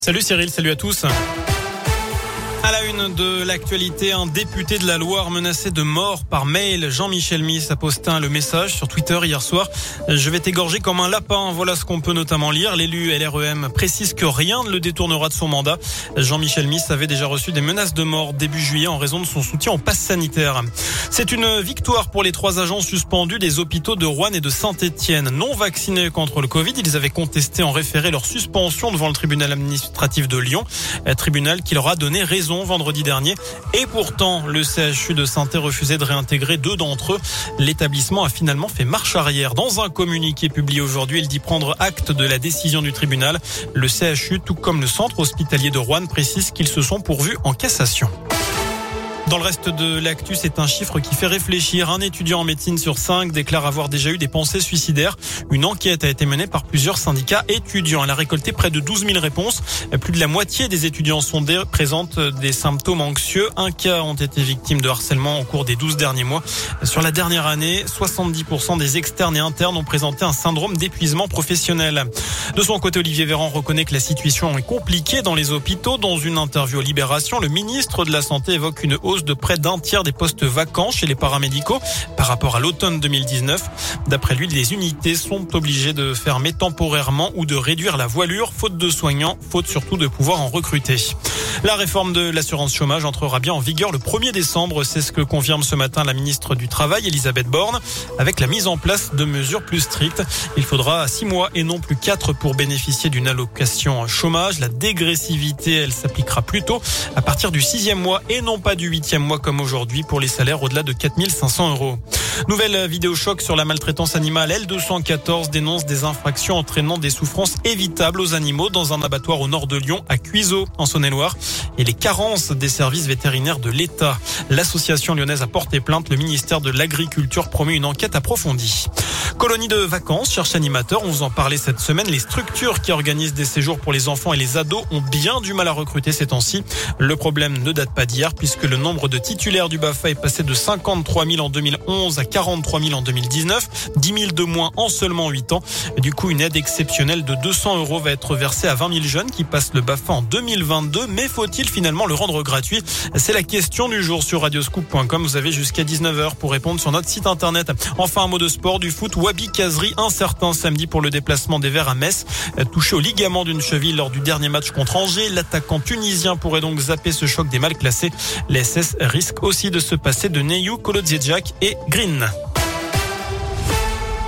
Salut Cyril, salut à tous. À la une de l'actualité, un député de la Loire menacé de mort par mail. Jean-Michel Miss a posté le message sur Twitter hier soir. Je vais t'égorger comme un lapin. Voilà ce qu'on peut notamment lire. L'élu LREM précise que rien ne le détournera de son mandat. Jean-Michel Miss avait déjà reçu des menaces de mort début juillet en raison de son soutien au pass sanitaire. C'est une victoire pour les 3 agents suspendus des hôpitaux de Roanne et de Saint-Étienne. Non vaccinés contre le Covid, ils avaient contesté en référé leur suspension devant le tribunal administratif de Lyon. Tribunal qui leur a donné raison vendredi dernier. Et pourtant, le CHU de Saint-Étienne refusait de réintégrer 2 d'entre eux. L'établissement a finalement fait marche arrière. Dans un communiqué publié aujourd'hui, il dit prendre acte de la décision du tribunal. Le CHU, tout comme le centre hospitalier de Roanne, précise qu'ils se sont pourvus en cassation. Dans le reste de l'actu, c'est un chiffre qui fait réfléchir. Un étudiant en médecine sur 5 déclare avoir déjà eu des pensées suicidaires. Une enquête a été menée par plusieurs syndicats étudiants. Elle a récolté près de 12 000 réponses. Plus de la moitié des étudiants sondés présentent des symptômes anxieux. 1 cas ont été victimes de harcèlement au cours des 12 derniers mois. Sur la dernière année, 70% des externes et internes ont présenté un syndrome d'épuisement professionnel. De son côté, Olivier Véran reconnaît que la situation est compliquée dans les hôpitaux. Dans une interview à Libération, le ministre de la Santé évoque une hausse de près d'un tiers des postes vacants chez les paramédicaux par rapport à l'automne 2019. D'après lui, les unités sont obligées de fermer temporairement ou de réduire la voilure, faute de soignants, faute surtout de pouvoir en recruter. La réforme de l'assurance chômage entrera bien en vigueur le 1er décembre. C'est ce que confirme ce matin la ministre du Travail, Elisabeth Borne, avec la mise en place de mesures plus strictes. Il faudra 6 mois et non plus 4 pour bénéficier d'une allocation chômage. La dégressivité, elle s'appliquera plutôt à partir du 6e mois et non pas du 8e mois comme aujourd'hui pour les salaires au-delà de 4 500 €. Nouvelle vidéo choc sur la maltraitance animale. L214 dénonce des infractions entraînant des souffrances évitables aux animaux dans un abattoir au nord de Lyon, à Cuiseaux, en Saône-et-Loire, et les carences des services vétérinaires de l'État. L'association lyonnaise a porté plainte. Le ministère de l'Agriculture promet une enquête approfondie. Colonie de vacances cherche animateur. On vous en parlait cette semaine. Les structures qui organisent des séjours pour les enfants et les ados ont bien du mal à recruter ces temps-ci. Le problème ne date pas d'hier puisque le nombre de titulaires du BAFA est passé de 53 000 en 2011 à 43 000 en 2019. 10 000 de moins en seulement 8 ans. Du coup, une aide exceptionnelle de 200 € va être versée à 20 000 jeunes qui passent le BAFA en 2022. Mais faut-il finalement le rendre gratuit? C'est la question du jour sur radioscoop.com. Vous avez jusqu'à 19 h pour répondre sur notre site internet. Enfin, un mot de sport, du foot. Wabi Kazri, incertain samedi pour le déplacement des Verts à Metz. Touché au ligament d'une cheville lors du dernier match contre Angers, l'attaquant tunisien pourrait donc zapper ce choc des mal classés. Les SS risquent aussi de se passer de Neyou, Kolodziejczak et Green.